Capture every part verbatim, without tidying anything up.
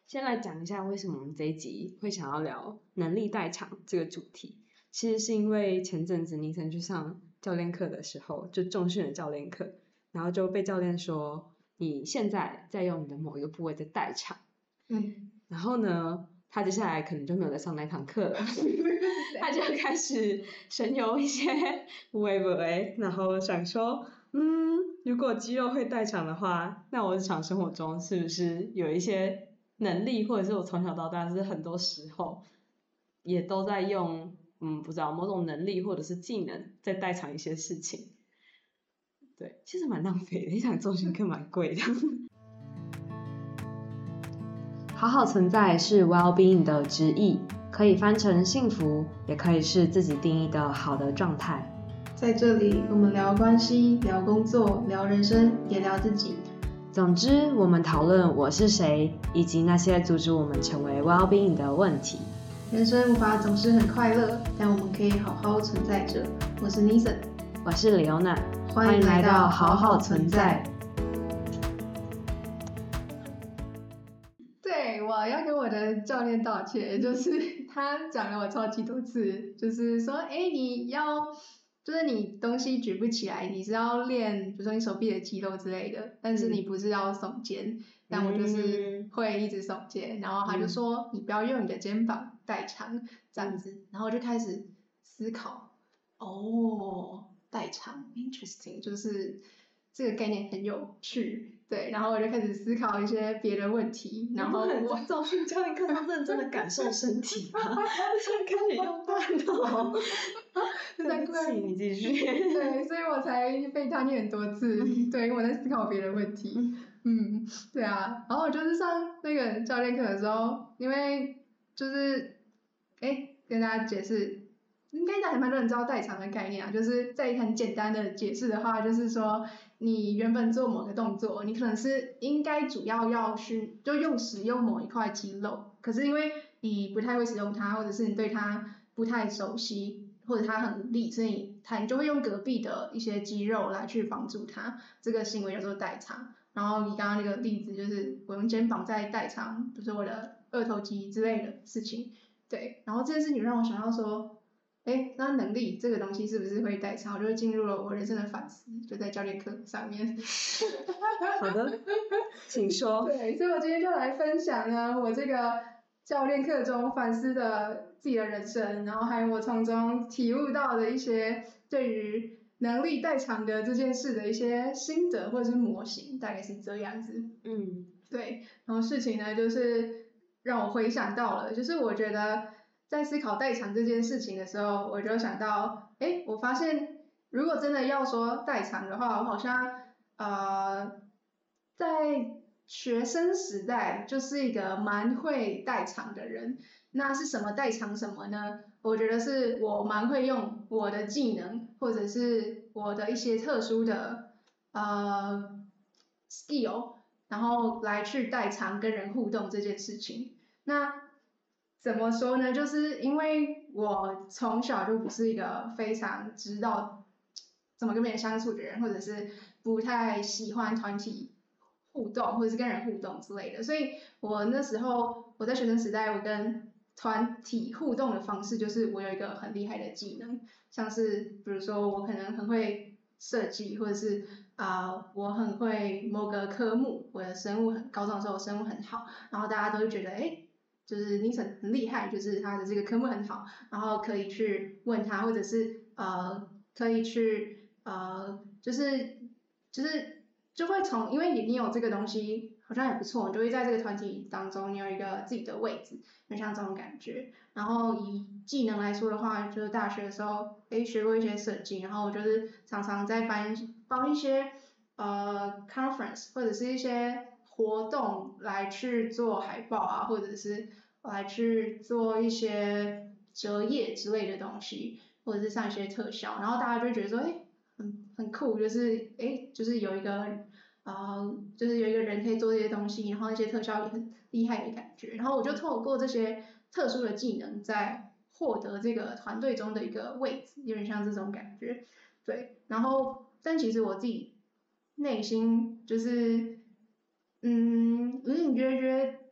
先来讲一下为什么我们这一集会想要聊能力代偿这个主题。其实是因为前阵子尼森去上教练课的时候，就重训的教练课，然后就被教练说你现在在用你的某一个部位在代偿，嗯，然后呢他接下来可能就没有再上那堂课了他就开始神游一些无为不为，然后想说嗯，如果肌肉会代偿的话，那我日常生活中是不是有一些能力，或者是我从小到大是很多时候也都在用嗯，不知道某种能力或者是技能在代偿一些事情。对，其实蛮浪费的，一堂重训课蛮贵的好好存在是 well-being 的直译，可以翻成幸福，也可以是自己定义的好的状态。 在这里我们聊关系，聊工作，聊人生，也聊自己。 总之我们讨论我是谁，以及那些阻止我们成为 well-being 的问题。 人生无法总是很快乐，但我们可以好好存在着。我是 Nisan， 我是 Leona， 欢迎来到好好存在。对，我要跟我的教练道歉，就是他讲了我超级多次，就是说，哎，你要，就是你东西举不起来，你是要练，比如说你手臂的肌肉之类的，但是你不是要耸肩，嗯、但我就是会一直耸肩，然后他就说、嗯、你不要用你的肩膀代偿这样子，然后我就开始思考，哦，代偿 ，interesting， 就是这个概念很有趣。对，然后我就开始思考一些别的问题，然后我重训教练课上认真的感受身体吗？才开始用大脑。对不起，你继续。 对，所以我才被他念很多次。对，因为我在思考别的问题。嗯，对啊。然后我就是上那个教练课的时候，因为就是，哎，跟大家解释。应该还蛮多人知道代偿的概念啊，就是在很简单的解释的话，就是说你原本做某个动作，你可能是应该主要要去就用使用某一块肌肉，可是因为你不太会使用它，或者是你对它不太熟悉，或者它很无力，所以它你就会用隔壁的一些肌肉来去帮助它，这个行为叫做代偿。然后你刚刚那个例子就是我用肩膀在代偿，比如说我的二头肌之类的事情，对，然后这件事情让我想到说。哎，那能力这个东西是不是会代偿？我就进入了我人生的反思，就在教练课上面。 好的，请说。 对，所以我今天就来分享呢，我这个教练课中反思的自己的人生，然后还有我从中体悟到的一些对于能力代偿的这件事的一些心得或者是模型，大概是这样子。嗯，对，然后事情呢，就是让我回想到了，就是我觉得。在思考代偿这件事情的时候，我就想到，哎，我发现如果真的要说代偿的话，我好像呃在学生时代就是一个蛮会代偿的人。那是什么代偿什么呢？我觉得是我蛮会用我的技能或者是我的一些特殊的呃 skill， 然后来去代偿跟人互动这件事情。那怎么说呢？就是因为我从小就不是一个非常知道怎么跟别人相处的人，或者是不太喜欢团体互动，或者是跟人互动之类的，所以我那时候我在学生时代，我跟团体互动的方式就是我有一个很厉害的技能，像是比如说我可能很会设计，或者是啊、呃、我很会某个科目，我的生物很高中的时候我生物很好，然后大家都会觉得哎。就是Nisan很厉害，就是他的这个科目很好，然后可以去问他，或者是呃可以去呃就是就是就会从，因为你你有这个东西好像也不错，你就会在这个团体当中你有一个自己的位置，就像这种感觉。然后以技能来说的话，就是大学的时候诶学过一些设计，然后我就是常常在帮帮一些呃 conference 或者是一些活动来去做海报啊，或者是来去做一些折页之类的东西，或者是上一些特效，然后大家就会觉得说，哎，很很酷，就是哎，就是有一个呃，就是有一个人可以做这些东西，然后那些特效也很厉害的感觉，然后我就透过这些特殊的技能，在获得这个团队中的一个位置，有点像这种感觉，对，然后但其实我自己内心就是。嗯，隐隐约约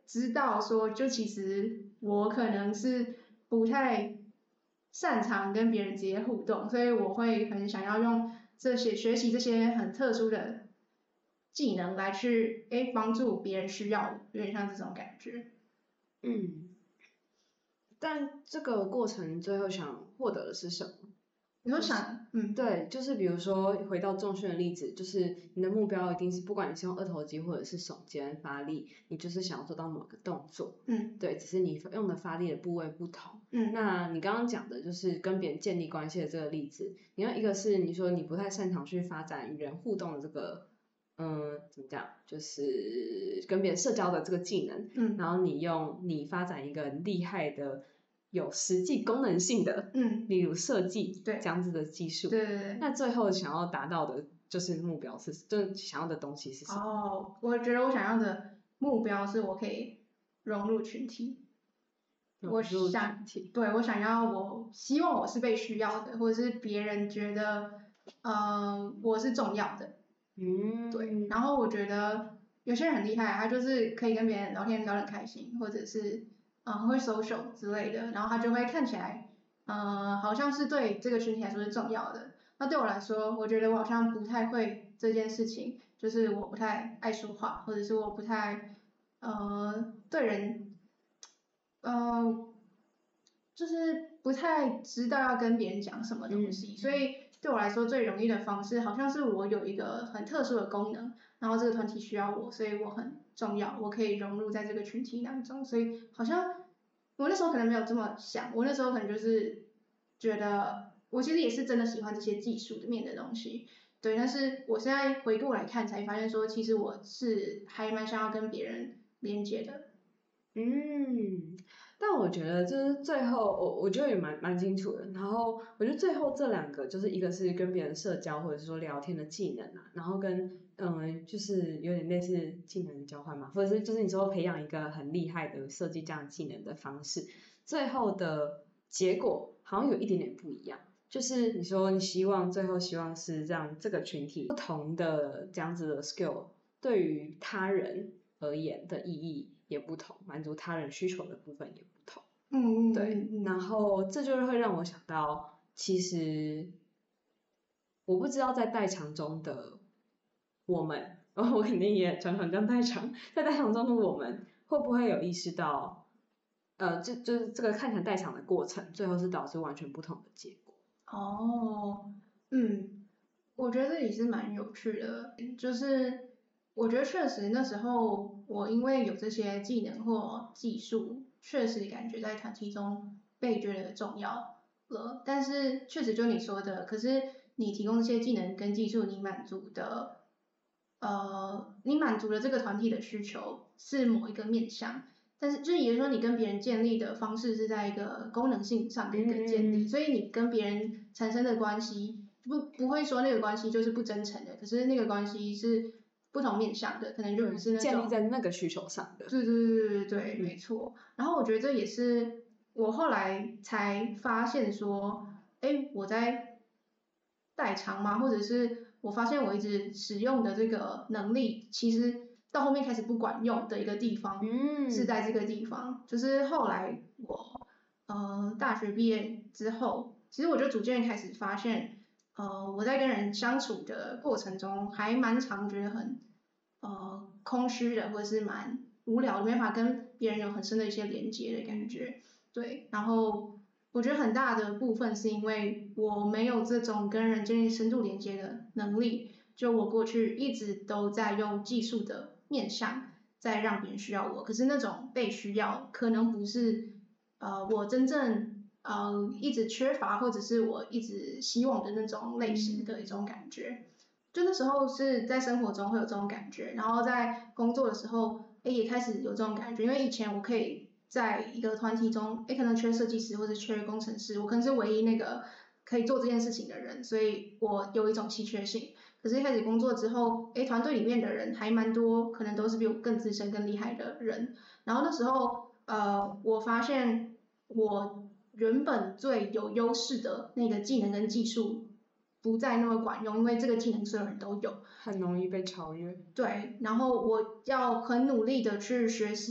知道说，就其实我可能是不太擅长跟别人直接互动，所以我会很想要用这些学习这些很特殊的技能来去诶帮助别人需要我，有点像这种感觉。 嗯，但这个过程最后想获得的是什么？ 你说想，嗯， 对，就是比如说回到重训的例子，就是你的目标一定是，不管你是用二头肌或者是手肩发力，你就是想要做到某个动作， 嗯， 对，只是你用的发力的部位不同。 嗯， 那你刚刚讲的就是跟别人建立关系的这个例子，你看一个是你说你不太擅长去发展与人互动的这个，嗯，怎么讲，就是跟别人社交的这个技能， 嗯， 然后你用你发展一个厉害的。有实际功能性的， 嗯， 例如设计对这样子的技术， 对对对。 那最后想要达到的就是目标是，就是想要的东西是什么？ 哦，我觉得我想要的目标是我可以融入群体。我想，对，我想要，我希望我是被需要的，或者是别人觉得，呃，我是重要的。 嗯， 对。然后我觉得有些人很厉害，他就是可以跟别人聊天聊得很开心，或者是嗯很会 social 之类的，然后他就会看起来，呃，好像是对这个群体来说是重要的。那对我来说，我觉得我好像不太会这件事情，就是我不太爱说话，或者是我不太呃对人，呃，就是不太知道要跟别人讲什么东西， 嗯、 所以对我来说最容易的方式，好像是我有一个很特殊的功能，然后这个团体需要我，所以我很重要，我可以融入在这个群体当中，所以好像我那时候可能没有这么想，我那时候可能就是觉得我其实也是真的喜欢这些技术的面的东西，对，但是我现在回过来看才发现说，其实我是还蛮想要跟别人连接的。 嗯，但我觉得就是最后我我觉得也蛮蛮清楚的，然后我觉得最后这两个就是一个是跟别人社交或者是说聊天的技能啊，然后跟嗯就是有点类似技能的交换嘛，或者是就是你说培养一个很厉害的设计这样技能的方式，最后的结果好像有一点点不一样。就是你说你希望最后希望是让这个群体不同的这样子的 skill 对于他人而言的意义也不同，满足他人需求的部分也不同。 嗯嗯对，然后这就会让我想到，其实我不知道在代偿中的我们，然后我肯定也常常这样代偿，在代偿中的我们会不会有意识到，呃，就就是这个看起来代偿的过程，最后是导致完全不同的结果。 哦，嗯，我觉得这也是蛮有趣的，就是我觉得确实那时候我因为有这些技能或技术，确实感觉在团体中被觉得重要了，但是确实就你说的，可是你提供这些技能跟技术，你满足的，呃，你满足了这个团体的需求是某一个面向。但是就是也就是说，你跟别人建立的方式是在一个功能性上的一个建立， 嗯、 所以你跟别人产生的关系不不会说那个关系就是不真诚的，可是那个关系是不同面向的，可能就不是那种建立在那个需求上的。 对对对对对对，没错。然后我觉得这也是我后来才发现说，哎，我在代偿嘛，或者是我发现我一直使用的这个能力，其实到后面开始不管用的一个地方， 嗯， 是在这个地方。就是后来我呃大学毕业之后，其实我就逐渐开始发现，呃我在跟人相处的过程中，还蛮常觉得很呃空虚的，或者是蛮无聊的，没法跟别人有很深的一些连接的感觉。对，然后我觉得很大的部分是因为我没有这种跟人建立深度连接的能力，就我过去一直都在用技术的面向在让别人需要我，可是那种被需要可能不是呃我真正呃一直缺乏或者是我一直希望的那种类型的一种感觉。就那时候是在生活中会有这种感觉，然后在工作的时候，哎也开始有这种感觉，因为以前我可以在一个团体中，哎可能缺设计师或者缺工程师，我可能是唯一那个可以做这件事情的人，所以我有一种稀缺性。可是，一开始工作之后，哎团队里面的人还蛮多，可能都是比我更资深、更厉害的人。然后那时候，呃，我发现我原本最有优势的那个技能跟技术不再那么管用，因为这个技能所有人都有， 很容易被超越。 对，然后我要很努力的去学习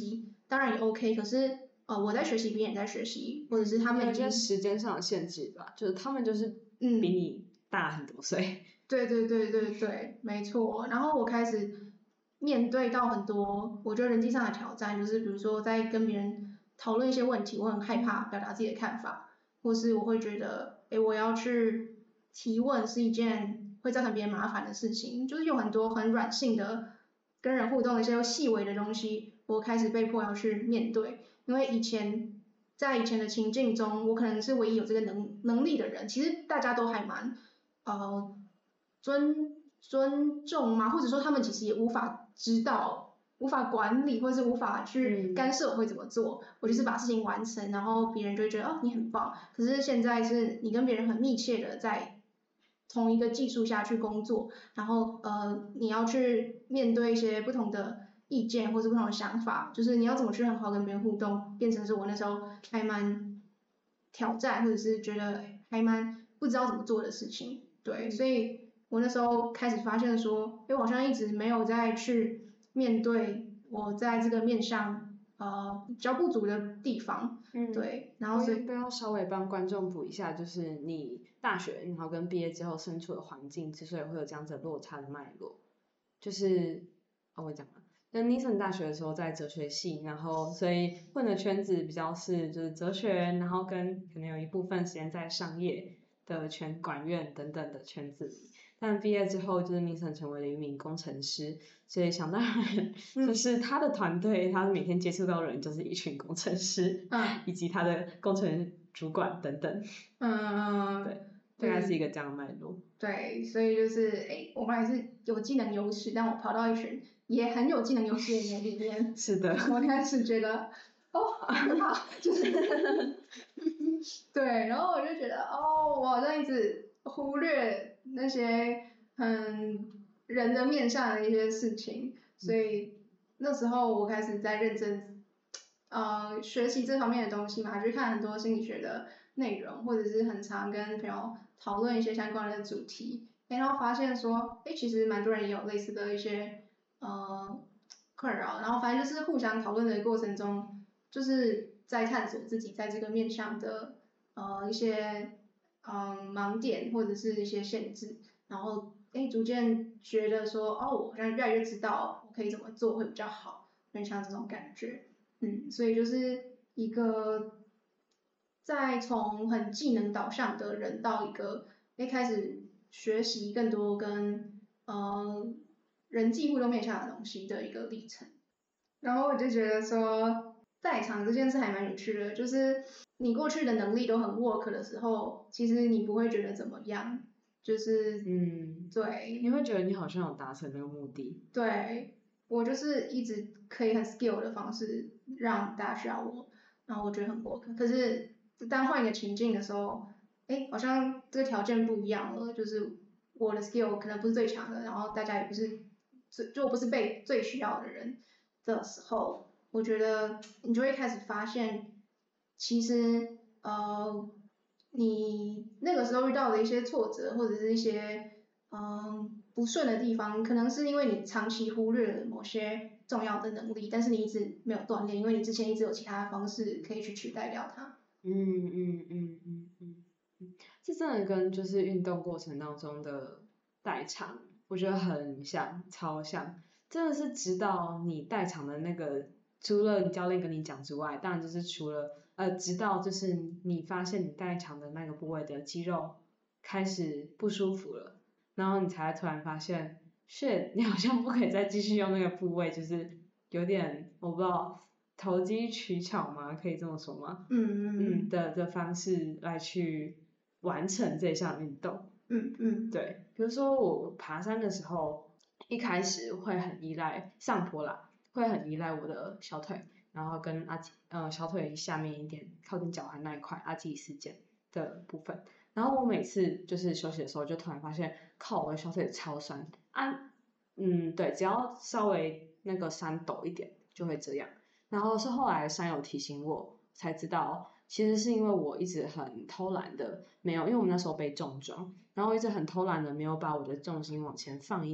当然也 OK， 可是呃我在学习，别人也在学习，或者是他们有已经些时间上的限制吧，就是他们就是比嗯你大很多岁。 对对对对对，没错。然后我开始面对到很多我觉得人际上的挑战，就是比如说在跟别人讨论一些问题，我很害怕表达自己的看法，或是我会觉得，诶，我要去提问是一件会造成别人麻烦的事情，就是有很多很软性的跟人互动的一些细微的东西，我开始被迫要去面对，因为以前在以前的情境中，我可能是唯一有这个能能力的人，其实大家都还蛮呃尊尊重吗？或者说他们其实也无法知道，无法管理，或是无法去干涉我会怎么做。嗯、我就是把事情完成，然后别人就会觉得哦你很棒。可是现在是你跟别人很密切的在同一个技术下去工作，然后呃你要去面对一些不同的意见或是不同的想法，就是你要怎么去很好跟别人互动，变成是我那时候还蛮挑战，或者是觉得还蛮不知道怎么做的事情。对，所以我那时候开始发现说，哎，我好像一直没有再去面对我在这个面向呃比较不足的地方，嗯，对，然后所以要不要稍微帮观众补一下，就是你大学然后跟毕业之后身处的环境之所以会有这样子的落差的脉络，就是哦我讲了。跟 Nisan 大学的时候在哲学系，然后所以混的圈子比较是就是哲学，然后跟可能有一部分时间在商业的圈管院等等的圈子里，但毕业之后就是 Nisan 成为了一名工程师，所以想当然就是他的团队，他每天接触到的人就是一群工程师，嗯，以及他的工程主管等等，嗯，对，大概是一个这样的脉络。 对，所以就是哎，我们还是有技能优势，但我跑到一群也很有技能优势的人里面， 是的， 我开始觉得哦很好，就是对，然后我就觉得哦，我好像一直忽略那些很人的面上的一些事情，所以那时候我开始在认真呃学习这方面的东西嘛，去看很多心理学的内容，或者是很常跟朋友讨论一些相关的主题，然后发现说，哎，其实蛮多人也有类似的一些呃困扰，然后反正就是互相讨论的过程中，就是在探索自己在这个面向的呃一些嗯盲点或者是一些限制，然后哎逐渐觉得说，哦，我好像越来越知道我可以怎么做会比较好，很像这种感觉，嗯，所以就是一个在从很技能导向的人到一个一开始学习更多跟呃人际互动面向的东西的一个历程。然后我就觉得说，在场这件事还蛮有趣的，就是你过去的能力都很 work 的时候，其实你不会觉得怎么样，就是嗯， 对， 你会觉得你好像有达成那个目的。 对，我就是一直可以很 skill 的方式让大家需要我，然后我觉得很 work。可是当换一个情境的时候，哎，好像这个条件不一样了，就是我的 skill 可能不是最强的，然后大家也不是最，就我不是被最需要的人的时候，我觉得你就会开始发现，其实呃，你那个时候遇到的一些挫折或者是一些嗯不顺的地方，可能是因为你长期忽略了某些重要的能力，但是你一直没有锻炼，因为你之前一直有其他的方式可以去取代掉它。 嗯嗯嗯嗯嗯嗯，这真的跟就是运动过程当中的代偿，我觉得很像，超像，真的是直到你代偿的那个，除了你教练跟你讲之外，当然就是除了呃，直到就是你发现你代偿的那个部位的肌肉开始不舒服了，然后你才突然发现，shit，你好像不可以再继续用那个部位，就是有点我不知道。投机取巧吗？可以这么说吗？ 嗯嗯的的方式来去完成这项运动。 嗯嗯。 对，比如说我爬山的时候，一开始会很依赖上坡啦，会很依赖我的小腿，然后跟阿基呃小腿下面一点靠近脚踝那一块阿基里斯腱的部分。然后我每次就是休息的时候，就突然发现，靠，我的小腿超酸啊，嗯，对，只要稍微那个山陡一点就会这样。然后是后来山友提醒我才知道，其实是因为我一直很偷懒的，没有，因为我们那时候被重装，然后一直很偷懒的没有把我的重心往前放一点，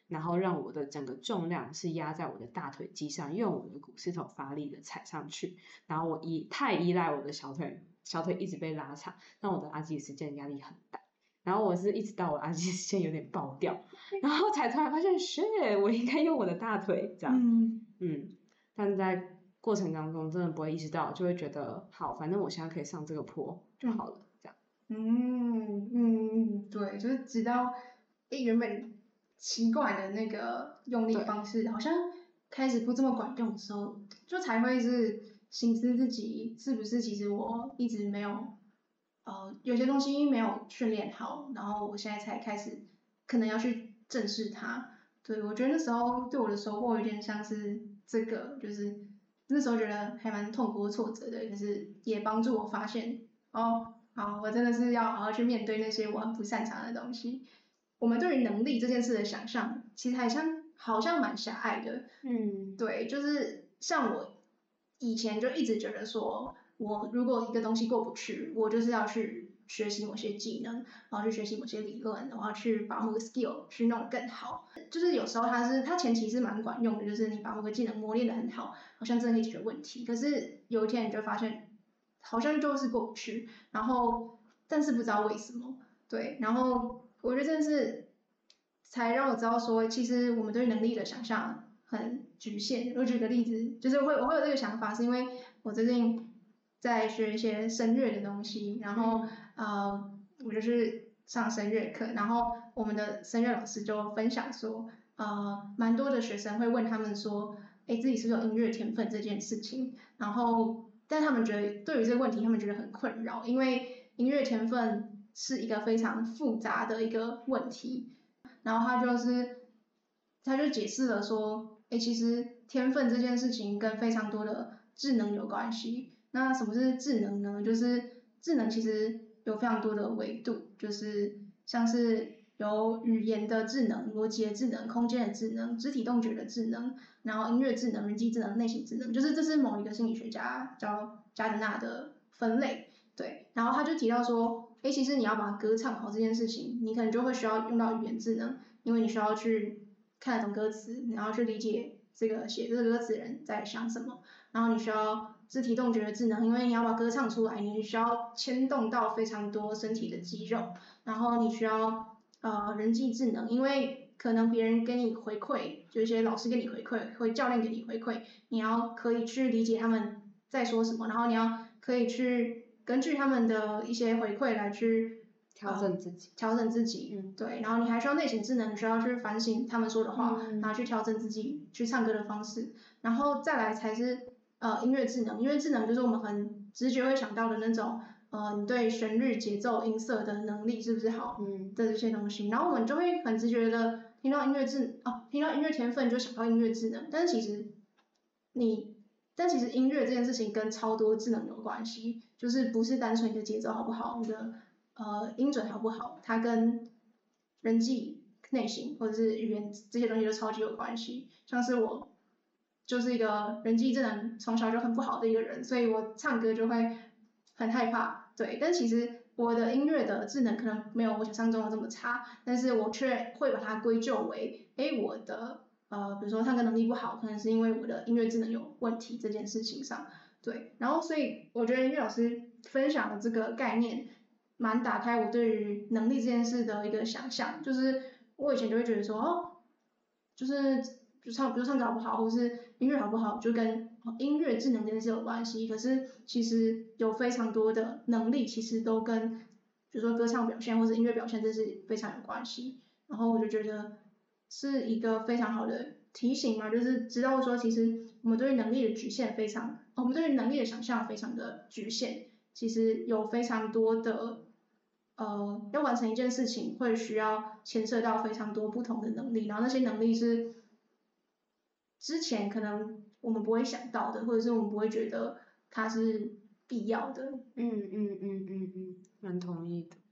然后让我的整个重量是压在我的大腿肌上，用我的股四头发力的踩上去，然后我依太依赖我的小腿，小腿一直被拉长，让我的阿基里斯腱压力很大。然后我是一直到我阿基里斯腱有点爆掉，然后才突然发现，shit，我应该用我的大腿这样。 嗯嗯，但在过程当中真的不会意识到，就会觉得好，反正我现在可以上这个坡就好了，这样。 嗯嗯，对，就是直到诶原本习惯的那个用力方式，好像开始不这么管用的时候，就才会是省思自己是不是其实我一直没有呃有些东西没有训练好，然后我现在才开始可能要去正视它。对，我觉得那时候对我的收获有点像是这个，就是那时候觉得还蛮痛苦挫折的，可是也帮助我发现哦，好，我真的是要好好去面对那些我很不擅长的东西。我们对于能力这件事的想象，其实好像好像蛮狭隘的。 嗯， 对，就是像我以前就一直觉得说，我如果一个东西过不去，我就是要去学习某些技能，然后去学习某些理论，然后去把某个 skill 去弄得更好。就是有时候它是它前期是蛮管用的，就是你把某个技能磨练得很好，好像真的可以解决问题。可是有一天你就发现，好像就是过不去，然后但是不知道为什么。对，然后我觉得真的是才让我知道说，其实我们对能力的想象很局限。我举个例子，就是会我会有这个想法，是因为我最近在学一些声乐的东西，然后呃我就是上声乐课，然后我们的声乐老师就分享说，呃蛮多的学生会问他们说，哎自己是不是有音乐天分这件事情，然后但他们觉得对于这个问题他们觉得很困扰，因为音乐天分是一个非常复杂的一个问题。然后他就是他就解释了说，哎，其实天分这件事情跟非常多的智能有关系。那什么是智能呢？就是智能其实有非常多的维度，就是像是有语言的智能、逻辑的智能、空间的智能、肢体动觉的智能，然后音乐智能、人机智能、内省智能，就是这是某一个心理学家叫加德纳的分类。对，然后他就提到说，哎，其实你要把歌唱好这件事情，你可能就会需要用到语言智能，因为你需要去看得懂歌词，然后去理解这个写这个歌词的人在想什么，然后你需要肢体动觉的智能，因为你要把歌唱出来，你需要牵动到非常多身体的肌肉，然后你需要呃人际智能，因为可能别人给你回馈，就一些老师给你回馈，或教练给你回馈，你要可以去理解他们在说什么，然后你要可以去根据他们的一些回馈来去调整自己， 调整自己， 嗯， 对，然后你还需要内省智能，你需要去反省他们说的话， 嗯、 然后去调整自己去唱歌的方式，然后再来才是呃音乐智能，音乐智能就是我们很直觉会想到的那种，呃你对旋律、节奏、音色的能力是不是好的这些东西，然后我们就会很直觉的听到音乐智哦，听到音乐天分就想到音乐智能，但是其实你但其实音乐这件事情跟超多智能有关系，就是不是单纯你的节奏好不好，你的呃音准好不好，它跟人际内省或者是语言这些东西都超级有关系。像是我就是一个人际智能从小就很不好的一个人，所以我唱歌就会很害怕，对。但其实我的音乐的智能可能没有我想象中的这么差，但是我却会把它归咎为，哎，我的呃，比如说唱歌能力不好，可能是因为我的音乐智能有问题这件事情上，对。然后所以我觉得音乐老师分享的这个概念，蛮打开我对于能力这件事的一个想象，就是我以前就会觉得说，哦，就是就唱，比如唱歌好不好，或是音乐好不好，就跟音乐智能这件事有关系。可是其实有非常多的能力，其实都跟比如说歌唱表现或是音乐表现这是非常有关系。然后我就觉得是一个非常好的提醒嘛，就是知道说其实我们对于能力的局限非常，我们对于能力的想象非常的局限，其实有非常多的呃要完成一件事情会需要牵涉到非常多不同的能力，然后那些能力是之前可能我们不会想到的，或者是我们不会觉得它是必要的。 嗯嗯嗯嗯嗯，蛮同意的。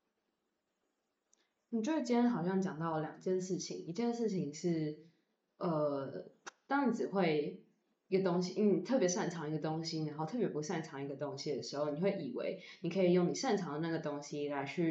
你觉得今天好像讲到两件事情，一件事情是，呃，当你只会一个东西，因为你特别擅长一个东西，然后特别不擅长一个东西的时候，你会以为你可以用你擅长的那个东西来去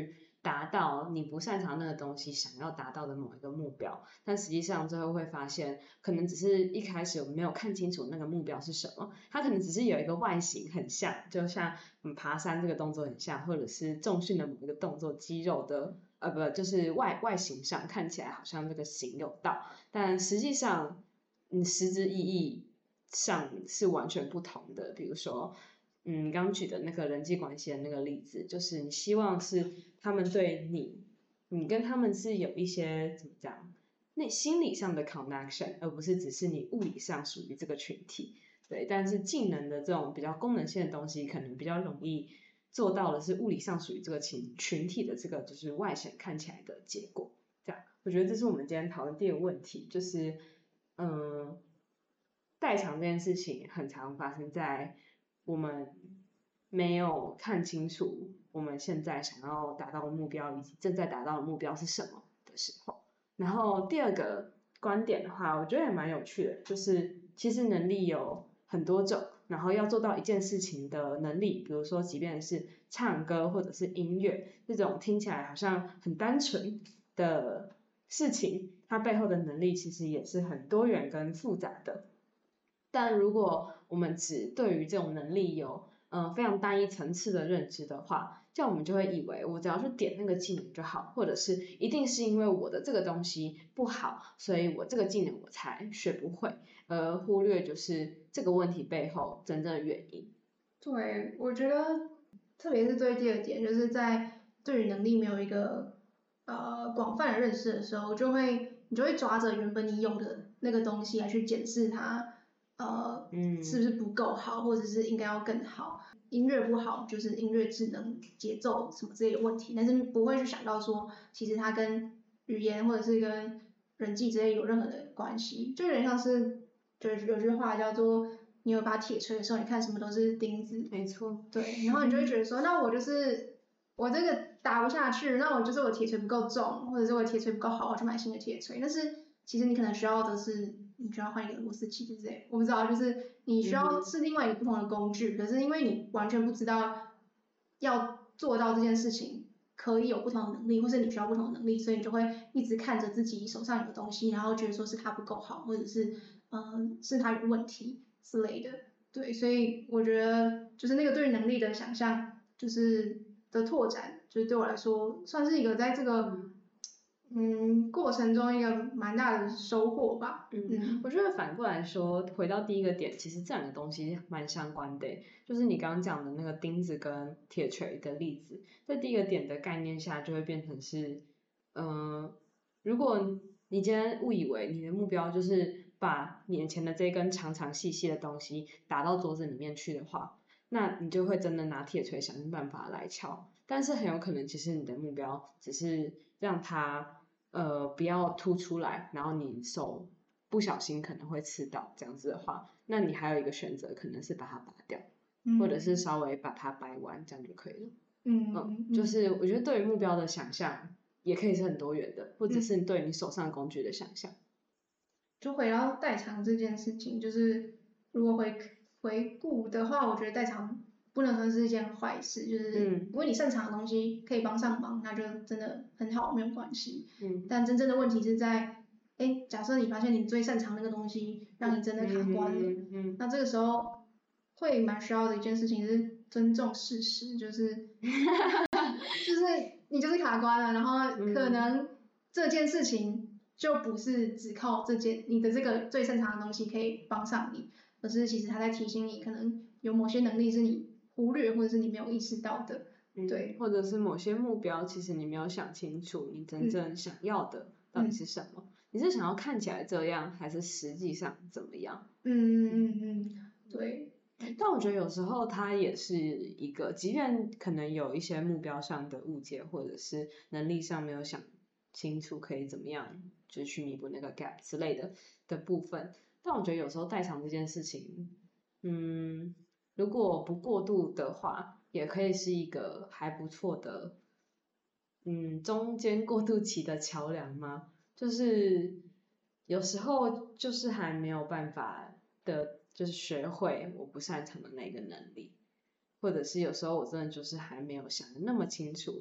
达到你不擅长那个东西想要达到的某一个目标，但实际上最后会发现，可能只是一开始我们没有看清楚那个目标是什么，它可能只是有一个外形很像，就像嗯爬山这个动作很像，或者是重训的某一个动作，肌肉的呃不就是外外形上看起来好像这个形有到，但实际上嗯实质意义上是完全不同的，比如说。嗯，刚举的那个人际关系的那个例子，就是你希望是他们对你，你跟他们是有一些怎么讲，那心理上的 connection， 而不是只是你物理上属于这个群体。对，但是技能的这种比较功能性的东西，可能比较容易做到的是物理上属于这个群群体的这个就是外显看起来的结果。这样，我觉得这是我们今天讨论第二个问题，就是嗯，代偿这件事情很常发生在。我们没有看清楚我们现在想要达到的目标以及正在达到的目标是什么的时候，然后第二个观点的话，我觉得也蛮有趣的，就是其实能力有很多种，然后要做到一件事情的能力，比如说即便是唱歌或者是音乐这种听起来好像很单纯的事情，它背后的能力其实也是很多元跟复杂的。但如果我们只对于这种能力有嗯、呃、非常单一层次的认知的话，这样我们就会以为我只要去点那个技能就好，或者是一定是因为我的这个东西不好，所以我这个技能我才学不会，而忽略就是这个问题背后真正的原因。 对，我觉得特别是对第二点，就是在对于能力没有一个呃广泛的认识的时候，就会你就会抓着原本你有的那个东西来去检视它，呃， 嗯， 是不是不够好，或者是应该要更好。音乐不好，就是音乐智能、节奏什么之类的问题，但是不会去想到说，其实它跟语言或者是跟人际之类有任何的关系，就有点像是，就是有句话叫做。你有把铁锤的时候，你看什么都是钉子。 没错。 对，然后你就会觉得说，那我就是我这个打不下去，那我就是我铁锤不够重，或者是我铁锤不够好，我去买新的铁锤。但是其实你可能需要的是，你需要换一个螺丝起子之类，我不知道，就是你需要是另外一个不同的工具，可是因为你完全不知道要做到这件事情。可以有不同的能力，或是你需要不同的能力，所以你就会一直看着自己手上有的东西，然后觉得说是它不够好，或者是嗯、呃、是它有问题之类的。对，所以我觉得就是那个对能力的想象，就是的拓展，就是对我来说算是一个在这个嗯过程中一个蛮大的收获吧。 嗯， 嗯我觉得反过来说，回到第一个点，其实这两个东西蛮相关的，就是你刚刚讲的那个钉子跟铁锤的例子，在第一个点的概念下，就会变成是，嗯、呃，如果你今天误以为你的目标就是把眼前的这根长长细细的东西打到桌子里面去的话，那你就会真的拿铁锤想尽办法来敲，但是很有可能其实你的目标只是让它。呃，不要凸出来，然后你手不小心可能会刺到，这样子的话，那你还有一个选择，可能是把它拔掉， 嗯、 或者是稍微把它掰弯，这样就可以了。 嗯嗯，就是我觉得对于目标的想象也可以是很多元的，或者是对你手上工具的想象。 就回到代偿这件事情，就是如果回回顾的话，我觉得代偿不能说是一件坏事，就是如果你擅长的东西可以帮上忙，那就真的很好，没有关系。 嗯。 但真正的问题是在，哎，假设你发现你最擅长那个东西让你真的卡关了， 嗯嗯、 那这个时候会蛮需要的一件事情是尊重事实，就是就是你就是卡关了，然后可能这件事情就不是只靠这件你的这个最擅长的东西可以帮上你，而是其实他在提醒你，可能有某些能力是你忽略或者是你没有意识到的， 嗯、 对， 或者是某些目标其实你没有想清楚，你真正想要的到底是什么？嗯、你是想要看起来这样，还是实际上怎么样？ 嗯嗯嗯，对。 但我觉得有时候它也是一个，即便可能有一些目标上的误解，或者是能力上没有想清楚可以怎么样，就是去弥补那个 gap 之类的的部分。但我觉得有时候代偿这件事情，嗯，如果不过度的话，也可以是一个还不错的，嗯，中间过渡期的桥梁吗？就是有时候就是还没有办法的。就是学会我不擅长的那个能力，或者是有时候我真的就是还没有想的那么清楚，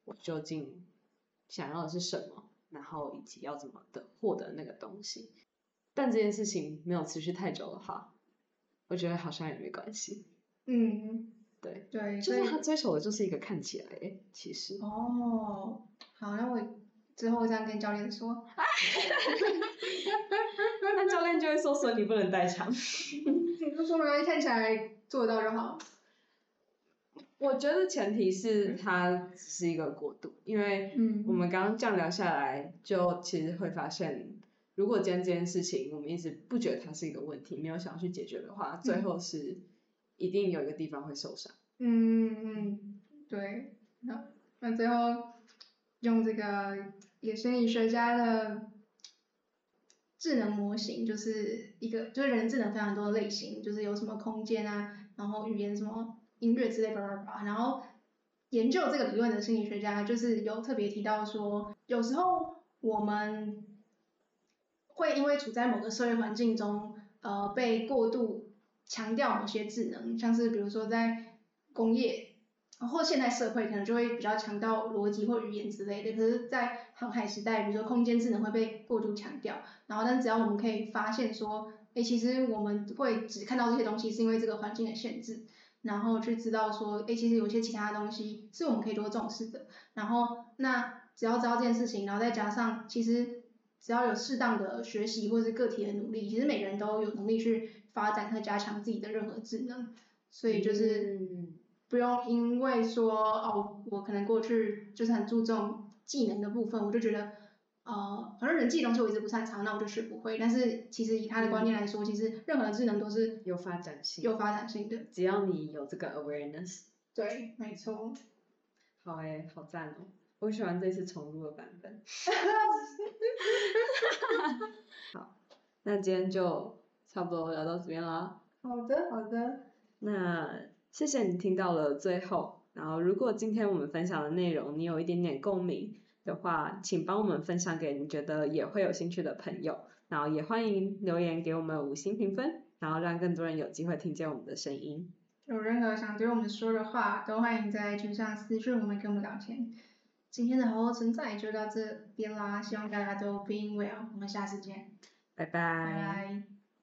我究竟想要的是什么，然后以及要怎么的获得那个东西。但这件事情没有持续太久的话，我觉得好像也没关系。 嗯， 对对， 就是他追求的就是一个看起来，其实。 哦，好，那我之后这样跟教练说。 那教练就会说，所以你不能代偿。 你就说没关系，看起来做得到就好。 我觉得前提是它只是一个过渡，因为我们刚刚这样聊下来，就其实会发现，如果今天这件事情我们一直不觉得它是一个问题，没有想要去解决的话，最后是一定有一个地方会受伤。 嗯嗯，对，那那最后用这个也心理学家的智能模型，就是一个就是人智能非常多的类型，就是有什么空间啊，然后语言什么音乐之类叭叭叭，然后研究这个理论的心理学家就是有特别提到说，有时候我们会因为处在某个社会环境中，呃，被过度强调某些智能，像是比如说在工业或现代社会可能就会比较强调逻辑或语言之类的，可是，在航海时代，比如说空间智能会被过度强调，然后但只要我们可以发现说，哎，其实我们会只看到这些东西是因为这个环境的限制，然后去知道说，哎，其实有些其他的东西是我们可以多重视的，然后那只要知道这件事情，然后再加上其实只要有适当的学习或是个体的努力，其实每个人都有能力去发展和加强自己的任何智能，所以就是不用因为说哦，我可能过去就是很注重技能的部分，我就觉得呃，反正人际的东西我一直不擅长，那我就学不会。但是其实以他的观念来说，其实任何的智能都是有发展性， 有发展性的， 只要你有这个 awareness。 对，没错。 好诶，好赞哦！我喜欢这次重录的版本。好，那今天就差不多聊到这边啦。 好的，好的。 那谢谢你听到了最后，然后如果今天我们分享的内容你有一点点共鸣的话，请帮我们分享给你觉得也会有兴趣的朋友，然后也欢迎留言给我们五星评分，然后让更多人有机会听见我们的声音。 有任何想对我们说的话，都欢迎在群上私讯我们跟我们聊天。今天的好好存在就到这边啦，希望大家都 being well，我们下次见， 拜拜。 拜拜。